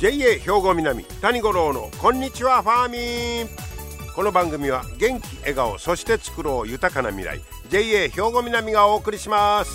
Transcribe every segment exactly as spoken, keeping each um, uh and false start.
ジェイエー 兵庫南谷五郎のこんにちはファーミン。この番組は元気笑顔そして作ろう豊かな未来 ジェイエー 兵庫南がお送りします。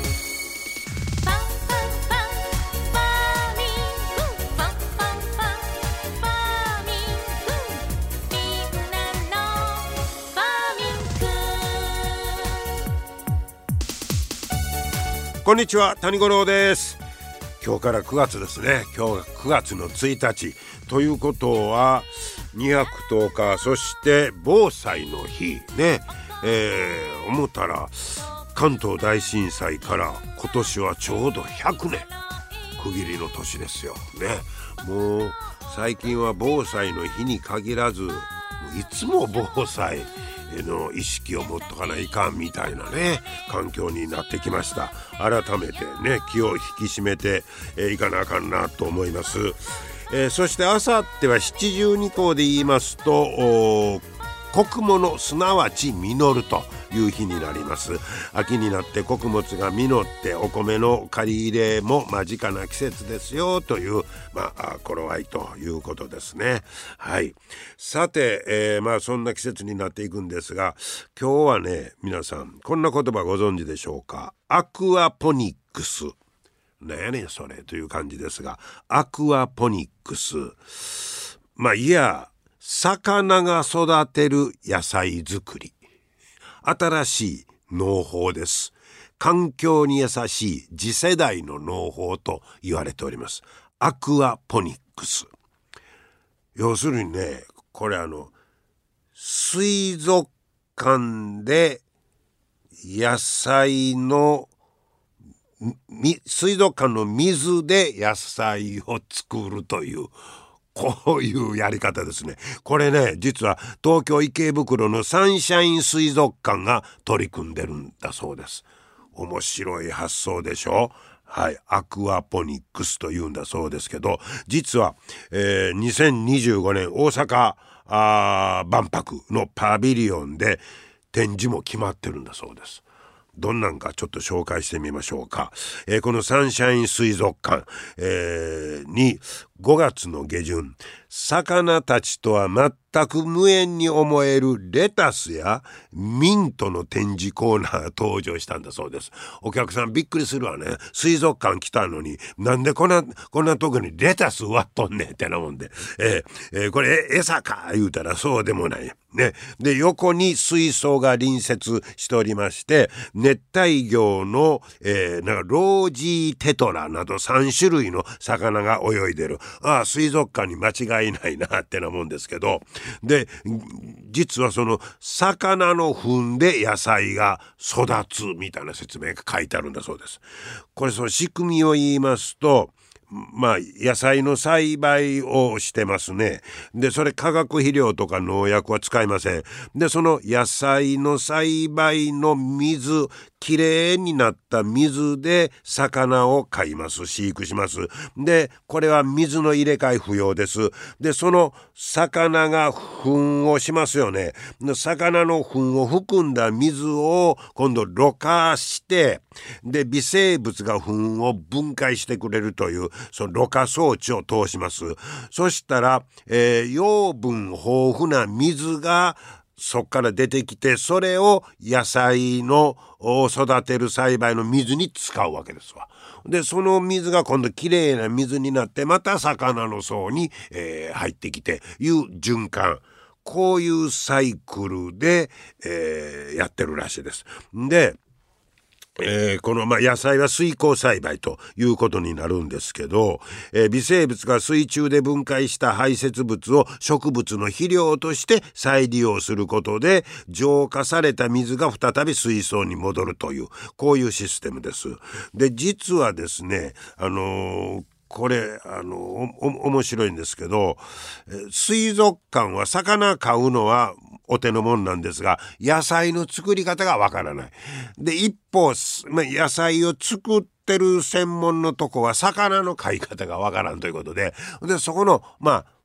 こんにちは谷五郎です。今日からくがつですね。今日がくがつのついたちということはにがつとおか、そして防災の日ね、えー、思ったら関東大震災から今年はちょうどひゃくねん区切りの年ですよね。もう最近は防災の日に限らずいつも防災の意識を持っとかないかんみたいなね環境になってきました。改めてね気を引き締めてい、えー、かなあかんなと思います。えー、そしてあさっては七十二候で言いますと穀物すなわち実るという日になります。秋になって穀物が実ってお米の借り入れも間近な季節ですよという、まあ、頃合いということですね。はい。さて、えー、まあそんな季節になっていくんですが、今日はね皆さんこんな言葉ご存知でしょうか。アクアポニックス。なんやねんそれという感じですが、アクアポニックス、まあいや魚が育てる野菜作り、新しい農法です。環境に優しい次世代の農法と言われております。アクアポニックス。要するにね、これあの水族館で野菜の水族館の水で野菜を作るというこういうやり方ですね。これね実は東京池袋のサンシャイン水族館が取り組んでるんだそうです。面白い発想でしょ。はい、アクアポニックスというんだそうですけど、実は、えー、にせんにじゅうごねん大阪あ万博のパビリオンで展示も決まってるんだそうです。どんなんかちょっと紹介してみましょうか。えー、このサンシャイン水族館、えー、にごがつの下旬、魚たちとは全く無縁に思えるレタスやミントの展示コーナーが登場したんだそうです。お客さんびっくりするわね。水族館来たのになんでこんなこんなとこにレタス植わっとんねんってなもんで、えーえー、これ餌か言うたらそうでもないね。で横に水槽が隣接しておりまして、熱帯魚の、えー、なんかロージーテトラなどさんしゅるいの魚が泳いでる。ああ水族館に間違いないなってなもんですけど、で実はその魚の糞で野菜が育つみたいな説明が書いてあるんだそうです。これその仕組みを言いますと、まあ野菜の栽培をしてますね。でそれ化学肥料とか農薬は使いません。でその野菜の栽培の水、きれいになった水で魚を飼います、飼育します。でこれは水の入れ替え不要です。でその魚が糞をしますよね。で魚の糞を含んだ水を今度ろ過して、で微生物が糞を分解してくれるというそのろ過装置を通します。そしたら、えー、養分豊富な水がそっから出てきて、それを野菜の育てる栽培の水に使うわけですわ。でその水が今度きれいな水になってまた魚の層に、えー、入ってきていう循環、こういうサイクルで、えー、やってるらしいです。でえー、この、まあ、野菜は水耕栽培ということになるんですけど、えー、微生物が水中で分解した排泄物を植物の肥料として再利用することで浄化された水が再び水槽に戻るという、こういうシステムです。で実はですね、あのーこれあのお面白いんですけど、水族館は魚飼うのはお手のもんなんですが、野菜の作り方がわからない。で一方、まあ、野菜を作ってる専門のとこは魚の飼い方がわからんということで、でそこのまあ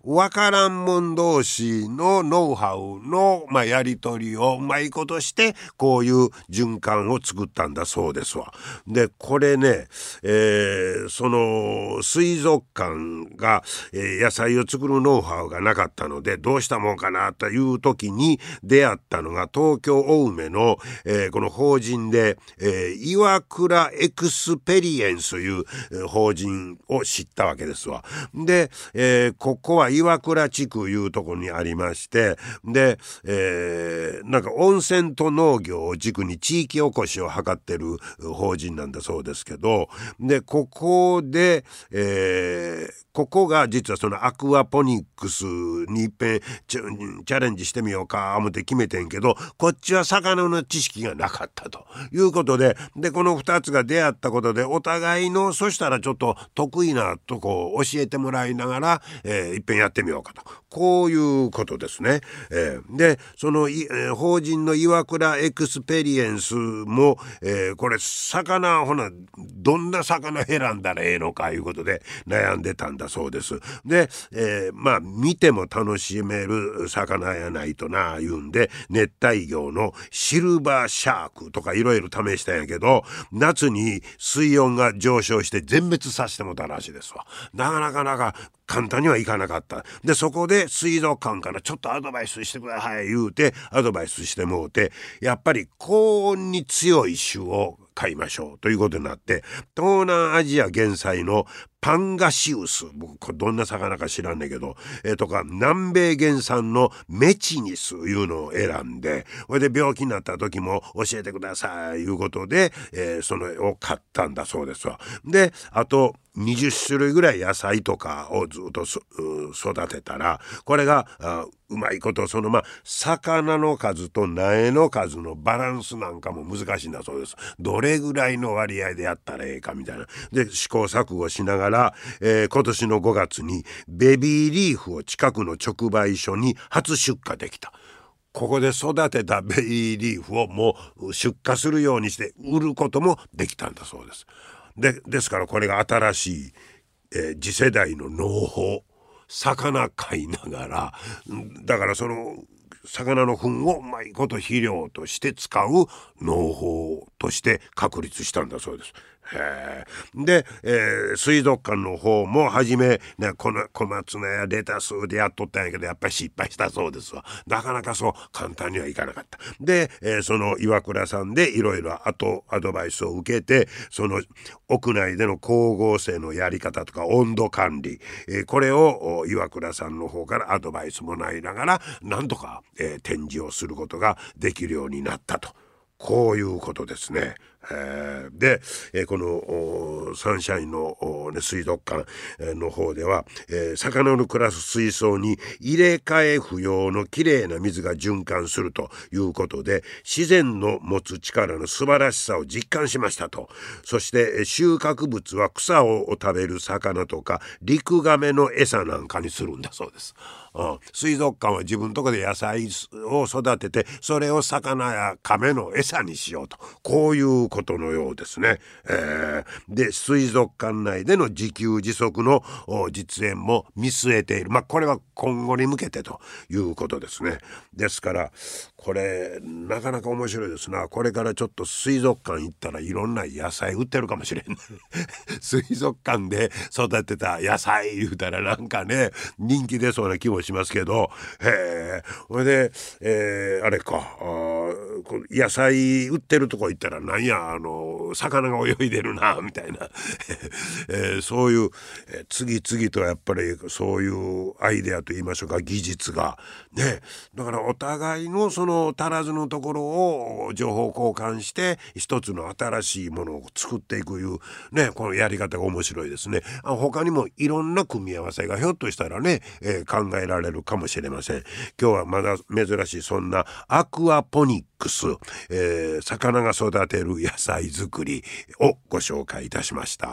わからんもん同士のノウハウの、まあ、やり取りをうまいことしてこういう循環を作ったんだそうですわ。でこれね、えー、その水族館が、えー、野菜を作るノウハウがなかったのでどうしたもんかなという時に出会ったのが東京青梅の、えー、この法人で、えー、岩倉エクスペリエンスという、えー、法人を知ったわけですわ。で、えー、ここは岩倉地区いうところにありまして、で、えー、なんか温泉と農業を軸に地域おこしを図ってる法人なんだそうですけど、でここで、えー、ここが実はそのアクアポニックスにいっぺんチャ、チャレンジしてみようか思って決めてんけど、こっちは魚の知識がなかったということで、でこのふたつが出会ったことでお互いのそしたらちょっと得意なとこを教えてもらいながら、えー、いっぺんやってみようかと、こういうことですね。えー、でその、えー、法人の岩倉エクスペリエンスも、えー、これ魚ほなどんな魚選んだらええのかいうことで悩んでたんだそうです。で、えー、まあ見ても楽しめる魚やないとな言うんで熱帯魚のシルバーシャークとかいろいろ試したんやけど、夏に水温が上昇して全滅させてもたらしいですわ。なかなかなか簡単にはいかなかった。でそこで水族館からちょっとアドバイスしてください言うてアドバイスしてもうて、やっぱり高温に強い種を買いましょうということになって、東南アジア原産のパンガシウス、僕これどんな魚か知らんねんけど、えー、とか南米原産のメチニスいうのを選んで、それで病気になった時も教えてくださいいうことで、えー、そのを買ったんだそうですわ。であとにじゅっしゅるいぐらい野菜とかをずっと育てたら、これがうまいことそのまあ魚の数と苗の数のバランスなんかも難しいんだそうです。どれぐらいの割合でやったらええかみたいなで試行錯誤しながら、えー、今年のごがつにベビーリーフを近くの直売所に初出荷できた。ここで育てたベビーリーフをもう出荷するようにして売ることもできたんだそうです。で、ですからこれが新しい、えー、次世代の農法、魚飼いながら、だからその魚の糞をうまいこと肥料として使う農法として確立したんだそうです。へで、えー、水族館の方も初め、ね、この小松菜やレタスでやっとったんやけどやっぱり失敗したそうですわ。なかなかそう簡単にはいかなかった。で、えー、その岩倉さんでいろいろあとアドバイスを受けて、その屋内での光合成のやり方とか温度管理、えー、これを岩倉さんの方からアドバイスもらいながらなんとか、えー、展示をすることができるようになったと、こういうことですね。えー、で、えー、このサンシャインの、ね、水族館の方では、えー、魚の暮らす水槽に入れ替え不要のきれいな水が循環するということで、自然の持つ力の素晴らしさを実感しましたと。そして収穫物は草を食べる魚とかリクガメの餌なんかにするんだそうです。うん、水族館は自分のところで野菜を育ててそれを魚やカメの餌にしようと、こういうことのようですね。えー、で水族館内での自給自足の実演も見据えている。まあこれは今後に向けてということですね。ですからこれなかなか面白いですな。これからちょっと水族館行ったらいろんな野菜売ってるかもしれん水族館で育てた野菜言うたらなんかね人気出そうな気もしますけど、へえ、それで、えー、あれか、あ野菜売ってるとこ行ったらなんやあの魚が泳いでるなみたいな、えー、そういう、えー、次々とやっぱりそういうアイデアといいましょうか技術がね、だからお互いのその足らずのところを情報交換して一つの新しいものを作っていくいうね、このやり方が面白いですね。あ他にもいろんな組み合わせがひょっとしたらね、えー、考えられるかもしれません。今日はまだ珍しいそんなアクアポニックス、えー、魚が育てる野菜作りをご紹介いたしました。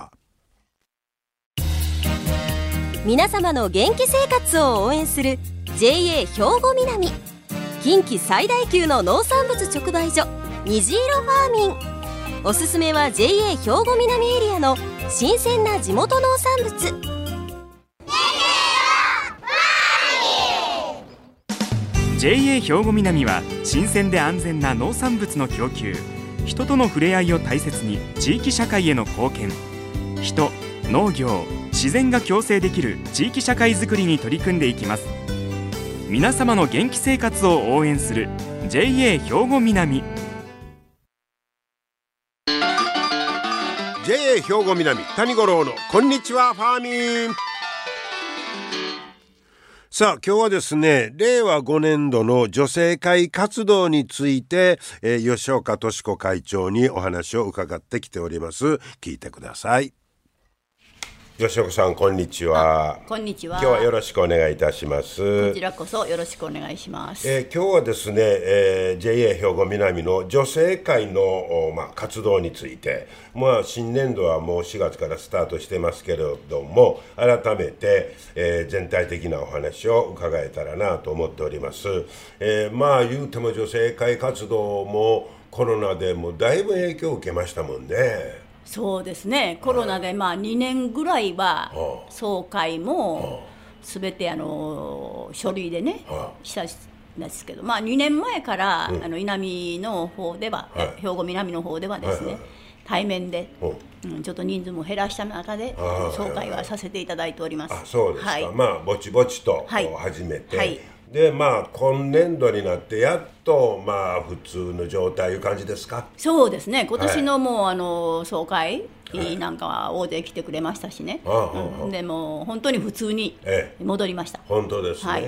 皆様の元気生活を応援する ジェーエー 兵庫南、近畿最大級の農産物直売所虹色ファーミン。おすすめは ジェーエー 兵庫南エリアの新鮮な地元農産物。 ジェイエー 兵庫南は新鮮で安全な農産物の供給、人との触れ合いを大切に地域社会への貢献、人、農業、自然が共生できる地域社会づくりに取り組んでいきます。皆様の元気生活を応援する ジェイエー 兵庫南。 ジェイエー 兵庫南谷五郎のこんにちはファーミン。さあ今日はですね、れいわごねんどの女性会活動について、えー、吉岡敏子会長にお話を伺ってきております。聞いてください。吉岡さん、こんにちは。 こんにちは。 今日はよろしくお願いいたします。 こちらこそよろしくお願いします。 えー、今日はですね、えー、ジェイエー 兵庫南の女性会の、まあ、活動について、まあ、新年度はもうしがつからスタートしてますけれども、改めて、えー、全体的なお話を伺えたらなと思っております。えー、まあ言うても女性会活動もコロナでもだいぶ影響を受けましたもんね。 そうですね、コロナでまあにねんぐらいは総会もすべてあの書類でねしたんですけど、まあにねんまえからあの南の方では、兵庫南の方ではですね、対面で、うん、ちょっと人数も減らした中で総会はさせていただいております。 あ、そうですか。 はい、 まあぼちぼちと始めて、はいはい、でまあ今年度になってやっとまあ普通の状態いう感じですか。 そうですね、今年のもう、はい、あの総会なんかは大勢来てくれましたしね、はい、うん、でも本当に普通に戻りました。 ええ、本当ですね、はい、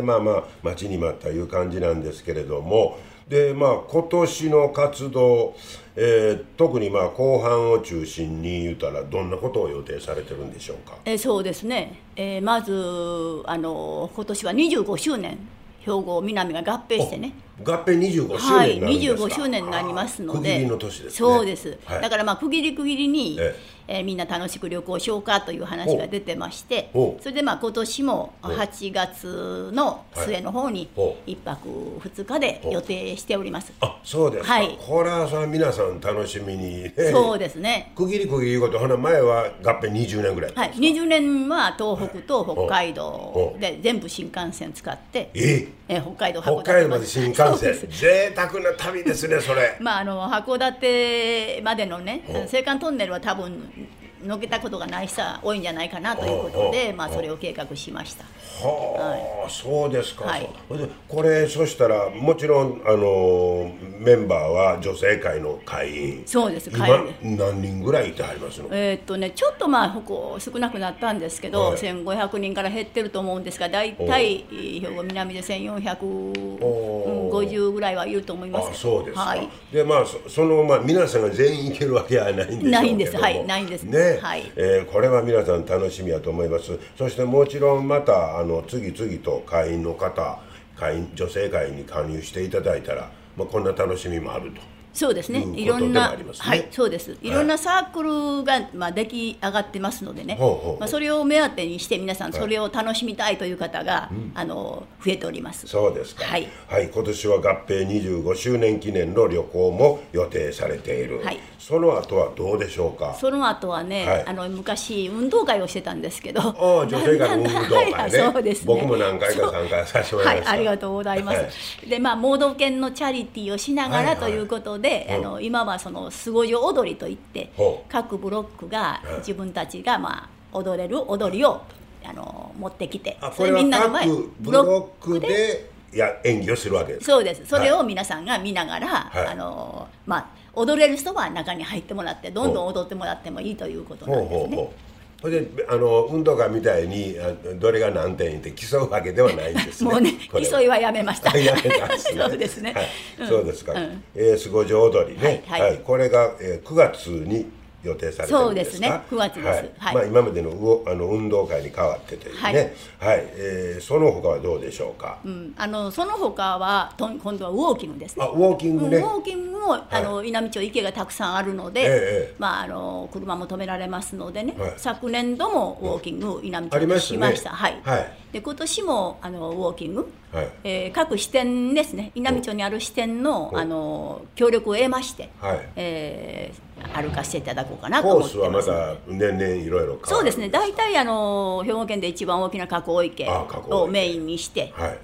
まあまあ待ちに待ったいう感じなんですけれども、でまあ今年の活動、えー、特にまあ後半を中心に言うたらどんなことを予定されてるんでしょうか。 えー、そうですね、えー、まずあの今年はにじゅうごしゅうねん兵庫南が合併してね、 合併にじゅうごしゅうねんになるんですか。はい、にじゅうごしゅうねんになりますので、 区切りの年ですね。 そうです、 はい、 だからまあ区切り区切りに、えええー、みんな楽しく旅行しようかという話が出てまして、それでまあ今年もはちがつの末の方にいっぱくふつかで予定しております。 あ、そうですか。はい、これはさ皆さん楽しみに、ね、 そうですね。 区切り区切りいうこと、ほな前は合併にじゅうねんぐらいですか。 はい、にじゅうねんは東北と北海道で全部新幹線使って、 ええー、北海道函館北海道まで新幹線、贅沢な旅ですねそれ。 まああの函館までのね青函トンネルは多分のけたことがない人は多いんじゃないかなということで、まあ、それを計画しました。 はあ、はい、そうですか。はい、これそしたらもちろんあのメンバーは女性会の会員。 そうです。 今何人ぐらいいてはりますの。 えー、っとねちょっとまあここ少なくなったんですけど、はい、せんごひゃくにんから減ってると思うんですが、だいたい兵庫南でせんよんひゃくごじゅうぐらいはいると思います。 あ、そうですか。 はい、 でまあ そ, そのまあ皆さんが全員行けるわけはないんでしょうけども。 ないんです。はい、ないんですね。はい、えー、これは皆さん楽しみやと思います。そしてもちろんまたあの次々と会員の方、会員女性会に加入していただいたら、まあ、こんな楽しみもあると。 そうですね、いろんな、はい、そうです、いろんなサークルが、まあ、出来上がってますのでね、はい、まあ、それを目当てにして皆さんそれを楽しみたいという方が、はい、あの増えております。 そうですか。 はい、 はい、今年は合併にじゅうごしゅうねん記念の旅行も予定されている。はい、その後はどうでしょうか。 その後はね、はい、あの昔運動会をしてたんですけど、 ああ、女性会の運動会ね。はい、 そうですね、 僕も何回か参加させてもらいました。 はい、ありがとうございます。はい、でまあ盲導犬のチャリティーをしながら、はい、ということで、はい、あの今はそのすごい踊りといって各ブロックが自分たちがまあ踊れる踊りをあの持ってきて、 それみんなの前ブロックでや演技をするわけです。 そうです。それを皆さんが見ながら、はい、あのまあ踊れる人は中に入ってもらってどんどん踊ってもらってもいいということなんですね。ほうほうほう。 それであの運動会みたいにどれが何点って競うわけではないんですね。 もうね、競いはやめました。 やめたんですね。 そうですね。 はい、うん、そうですか。うん、えー、すごじ踊りね、はいはいはい、これが、えー、くがつに予定されてるんですか。そうですね、 くがつです。 はいはい、まあ、今までのうあの運動会に変わってというね、はいはい、えー、その他はどうでしょうか。 うん、あのその他はと今度はウォーキングですね。 あ、ウォーキングね。 ウォーキングもあの、はい、稲美町池がたくさんあるので、ええ、まあ、あの車も止められますのでね、はい、昨年度もウォーキング稲美町でしました。はい、はい、で今年もあのウォーキング、はい、えー、各支店ですね、稲美町にある支店の、あの協力を得まして、はい、えー歩かせていただこうかなと思ってます。 コースはまた年々いろいろ変わるんですか。 そうですね、大体あの兵庫県で一番大きな河口池をメインにして、はい、うん、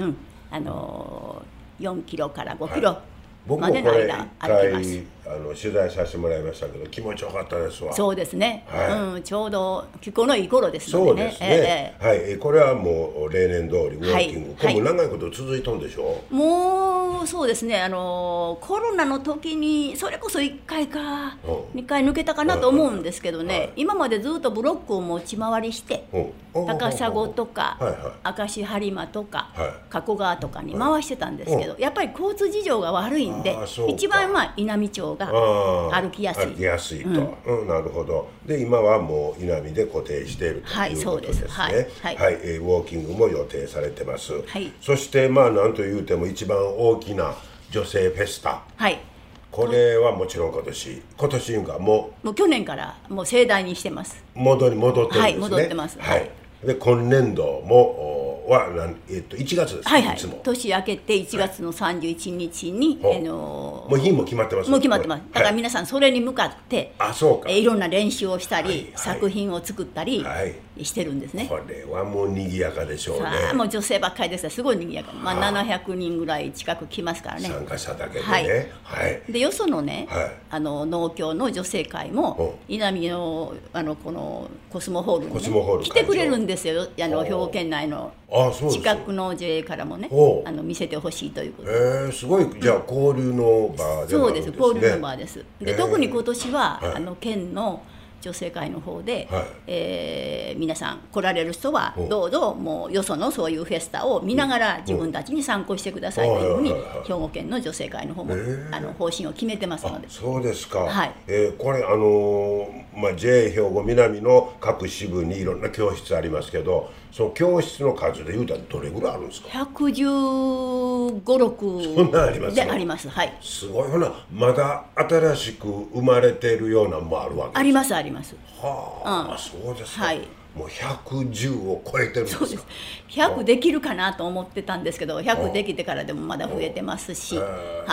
あのよんキロからごキロ、はい僕もこれ一回あの取材させてもらいましたけど気持ちよかったですわ。 そうですね、はいうん、ちょうど気候のいい頃ですのでね。 そうですね、えー、はい、これはもう例年通りウォーキング、はい、これも長いこと続いたんでしょう、はい、 もうそうですね、あのコロナの時にそれこそいっかいかにかい抜けたかなと思うんですけどね、はい、今までずっとブロックを持ち回りして、うん、高砂とか、はいはい、明石播磨とか、はい、加古川とかに回してたんですけど、はい、やっぱり交通事情が悪いんで一番まあ稲美町が歩きやすい歩きやすいと、うんうん、なるほど。で今はもう稲美で固定しているということですね。はい、そうです。はい、はいはい、えー、ウォーキングも予定されてます、はい、そしてまあなんというても一番大きな女性フェスタ、はい、これはもちろん今年今年いうかもうもう去年からもう盛大にしてます。 戻り戻ってるんですね。はい、 戻ってます。 はい、で今年度もはなん、えー、といちがつですね、 はいはい、 いつも年明けていちがつのさんじゅういちにちに、はい、あのー、もう日も決まってます。 もう決まってます。だから皆さんそれに向かって、 はい、あそうか、 えー、いろんな練習をしたり、はいはい、作品を作ったりしてるんですね。 これはもう賑やかでしょうね。 さあもう女性ばっかりですからすごい賑やか、まあ、ななひゃくにんぐらい近く来ますからね、 参加者だけでね、 はいはい、でよそのね、はい、あの農協の女性会も稲美の、あのこのコスモホールに、ね、ール来てくれるんですよ。あの兵庫県内の近くの ジェーエー からもね、あの見せてほしいということで、えー、すごい。じゃあ交流の場でもあるんですね。 そうです、交流の場です。で、えー、特に今年は、はい、あの県の女性会の方で、はい、えー、皆さん来られる人はどうぞもうよそのそういうフェスタを見ながら自分たちに参考してくださいというふうに兵庫県の女性会の方も、えー、あの方針を決めてますので。 そうですか、 はい、 えー、これあのーまあ、ジェーエー 兵庫南の各支部にいろんな教室ありますけど、その教室の数でいうとどれぐらいあるんですか？ ひゃくじゅうご、ろくそんなありますであります。はい、 すごい。ほなまだ新しく生まれているようなのもあるわけですか？ ありますあります。 はあ、うん、そうですか。はい、もうひゃくじゅうを超えてるんですか？ そうです。ひゃくできるかなと思ってたんですけど、ひゃくできてからでもまだ増えてますし、はい、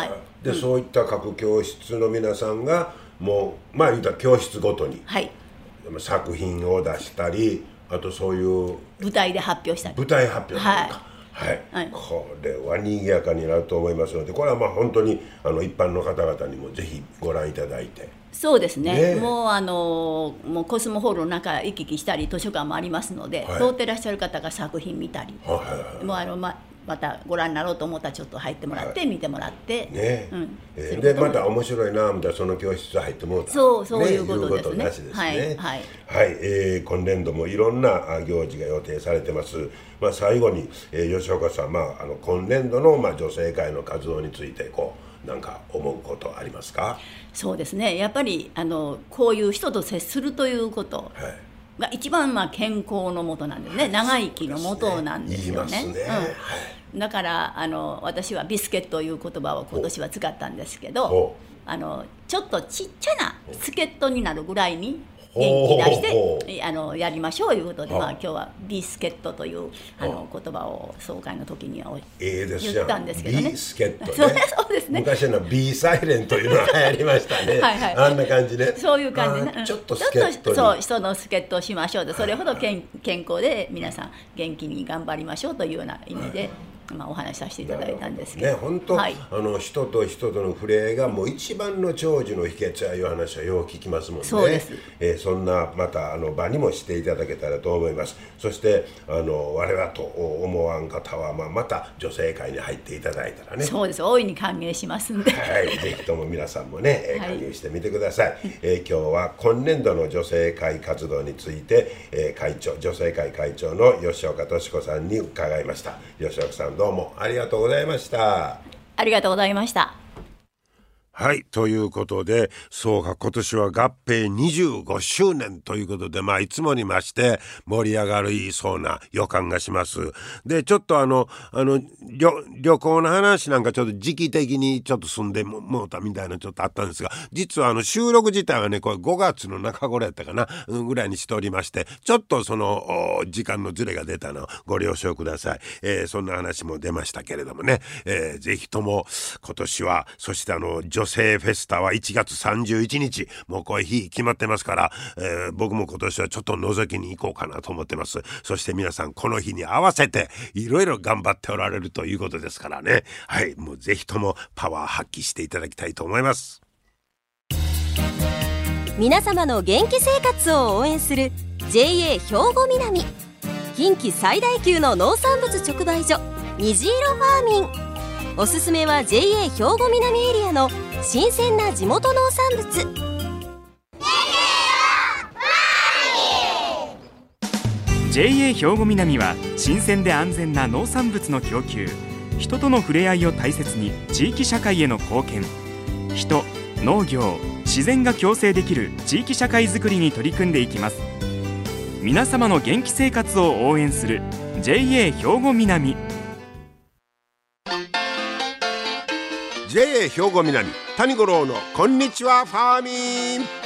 で、うん、そういった各教室の皆さんがもうまあ言うたら教室ごとに、はい、作品を出したり、あとそういう舞台で発表したり、 舞台発表というか、はいはいはい、これは賑やかになると思いますので、これはまあ本当にあの一般の方々にもぜひご覧いただいて。 そうですね、ね、もうあのもうコスモホールの中行き来したり図書館もありますので、はい、通ってらっしゃる方が作品見たり、はいはいはい、もうあのままたご覧になろうと思ったらちょっと入ってもらって、はい、見てもらって、ね、うん、 えー、でまた面白いなみたいなその教室入ってもらった、 そうそういうことですね。 いうことなしですね。はい、 はいはい、えー、今年度もいろんな行事が予定されてます。まあ、最後に、えー、吉岡さん、まあ、あの今年度の、まあ、女性会の活動についてこうなんか思うことありますか？ そうですね、やっぱりあのこういう人と接するということ、はい、が一番まあ健康のもとなんですね、はい、長生きのもとなんですよね。言いますね、うん、はい、だからあの私はビスケットという言葉を今年は使ったんですけど、あのちょっとちっちゃな助っ人になるぐらいに元気出してあのやりましょうということで、まあ、今日はビスケットというあの言葉を総会の時には言ったんですけどね。 ビスケットね。 そうですね。 昔の B サイレンというのが流行りましたね。はいはい、あんな感じね。 そういう感じね。 ちょっと助っ人に、 そう人の助っ人をしましょうと、それほど健健康で皆さん元気に頑張りましょうというような意味で。はい、まあ、お話しさせていただいたんですけど、ね、 本当、はい、あの人と人との触れ合いがもう一番の長寿の秘訣やいう話はよう聞きますもんね。 そうです、 えー、そんなまたあの場にもしていただけたらと思います。そしてあの我々と思わん方は、まあ、また女性会に入っていただいたらね。 そうです、大いに歓迎しますんで、 はい、ぜひとも皆さんもね加入してみてください。はい、えー、今日は今年度の女性会活動について、えー、会長女性会会長の吉岡敏子さんに伺いました。吉岡さん、どうもありがとうございました。 ありがとうございました。 はい、ということで、そうか、今年は合併にじゅうごしゅうねんということで、まあいつもにまして盛り上がりそうな予感がします。で、ちょっとあのあの 旅, 旅行の話なんかちょっと時期的にちょっと進んでもうたみたいなちょっとあったんですが、実はあの収録自体はね、これごがつの中頃やったかな、うん、ぐらいにしておりまして、ちょっとその時間のズレが出たのをご了承ください。えー、そんな話も出ましたけれどもね、えー、ぜひとも今年は、そしてあの女女性フェスタはいちがつさんじゅういちにち、もうこういう日決まってますから、えー、僕も今年はちょっと覗きに行こうかなと思ってます。そして皆さんこの日に合わせていろいろ頑張っておられるということですからね、はい、もうぜひともパワー発揮していただきたいと思います。 皆様の元気生活を応援する ジェイエー 兵庫南、近畿最大級の農産物直売所虹色ファーミン。おすすめは ジェイエー 兵庫南エリアの新鮮な地元農産物。 ジェイエー 兵庫南は新鮮で安全な農産物の供給、人との触れ合いを大切に地域社会への貢献、人、農業、自然が共生できる地域社会づくりに取り組んでいきます。皆様の元気生活を応援する ジェイエー 兵庫南。 ジェイエー 兵庫南、谷五郎のこんにちはファーミン。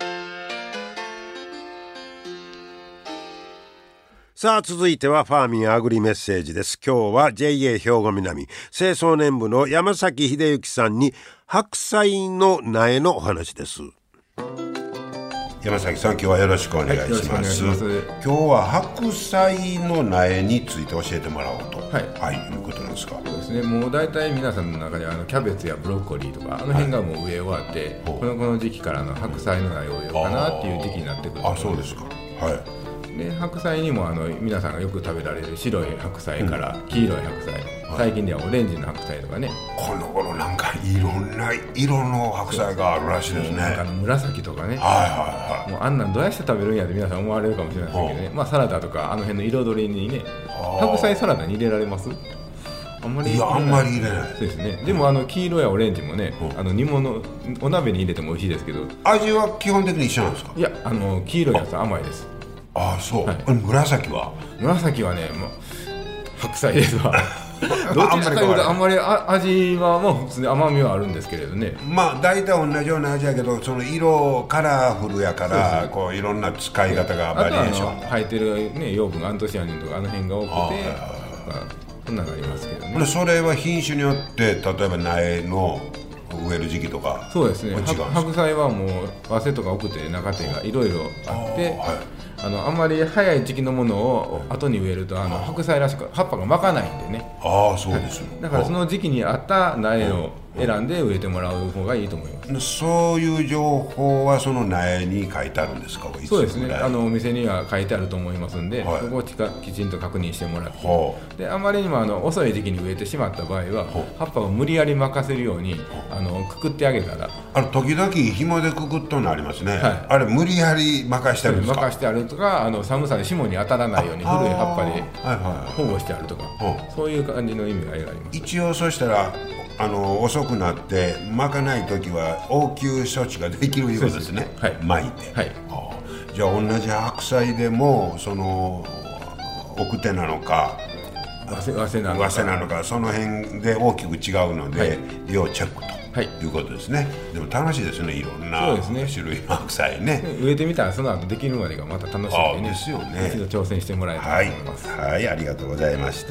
さあ続いてはファーミンアグリメッセージです。今日は ジェイエー 兵庫南青壮年部の山崎秀幸さんに白菜の苗のお話です。山崎さん、今日はよろしくお願いします。はい、今日は白菜の苗について教えてもらおうと、はい、はい、いうことなんですか。 そうですね、もう大体皆さんの中であのキャベツやブロッコリーとかあの辺がもう植え終わって、はい、このこの時期からの白菜の苗を植えようかなっていう時期になってくると思います。あ、そうですか。はい。で白菜にもあの皆さんがよく食べられる白い白菜から黄色い白菜、うん、最近ではオレンジの白菜とかね、 この頃なんかいろんな色の白菜があるらしいですね。 なんか紫とかね、はいはいはい、もうあんなんどうやって食べるんやって皆さん思われるかもしれませんけどね、まあ、サラダとかあの辺の彩りにね、白菜サラダに入れられます？あんまりいやあんまり入れない。 そうですね。でもあの黄色やオレンジもね、うん、あの煮物お鍋に入れても美味しいですけど、 味は基本的に一緒なんですか？ いや、あの黄色いやつは甘いです。 ああ、そう、はい、紫は紫はね、もう白菜ですわどっちかというとあんまり味はもう普通に甘みはあるんですけれどね、 まあ大体同じような味やけど、その色カラフルやからこういろんな使い方がバリエーション、 生えてる、ね、養分アントシアニンとかあの辺が多くて、まあ、そんなのがありますけどね。 それは品種によって例えば苗の植える時期とか。 そうですね、白菜はもう早生とか奥手中手がいろいろあって、あのあんまり早い時期のものを後に植えるとあの白菜らしく葉っぱが巻かないんでね。 ああ、そうですね。 だからその時期に合った苗を選んで植えてもらう方がいいと思います。 そういう情報はその苗に書いてあるんですか？ そうですね、あのお店には書いてあると思いますんで、はい、そこをきちんと確認してもらって、はあ、であまりにもあの遅い時期に植えてしまった場合は、はあ、葉っぱを無理やり巻かせるように、はあ、あのくくってあげたら、 あの時々紐でくくっとのありますね、はい、あれ無理やり巻かしてあるんですか？ 巻かしてあるとか、あの寒さで霜に当たらないように古い葉っぱで保護してあるとか、はあ、そういう感じの意味があります。 一応そしたらあの遅くなって巻かないときは応急処置ができるようですね。はい、巻いて、はい、じゃあ同じ白菜でもその奥手なのか早生なのか、 早生なのか、その辺で大きく違うので、はい、要チェックということですね。でも楽しいですね、いろんな種類の白菜ね。 植えてみたらその後できるまでがまた楽しいんでね。ですよね。一度挑戦してもらえたらと思います。 はい、はい、ありがとうございました。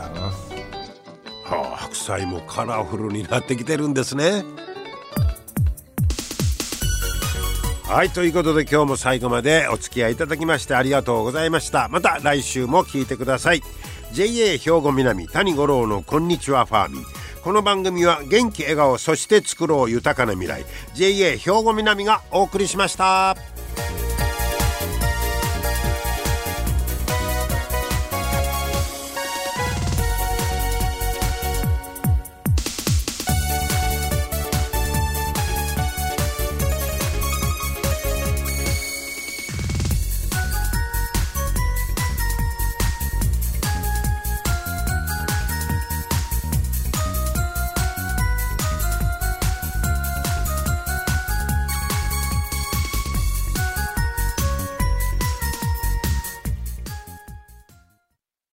はあ、白菜もカラフルになってきてるんですね。はい、ということで今日も最後までお付き合いいただきましてありがとうございました。また来週も聞いてください。 ジェイエー 兵庫南谷五郎のこんにちはファーミン。この番組は元気笑顔そして作ろう豊かな未来 ジェイエー 兵庫南がお送りしました。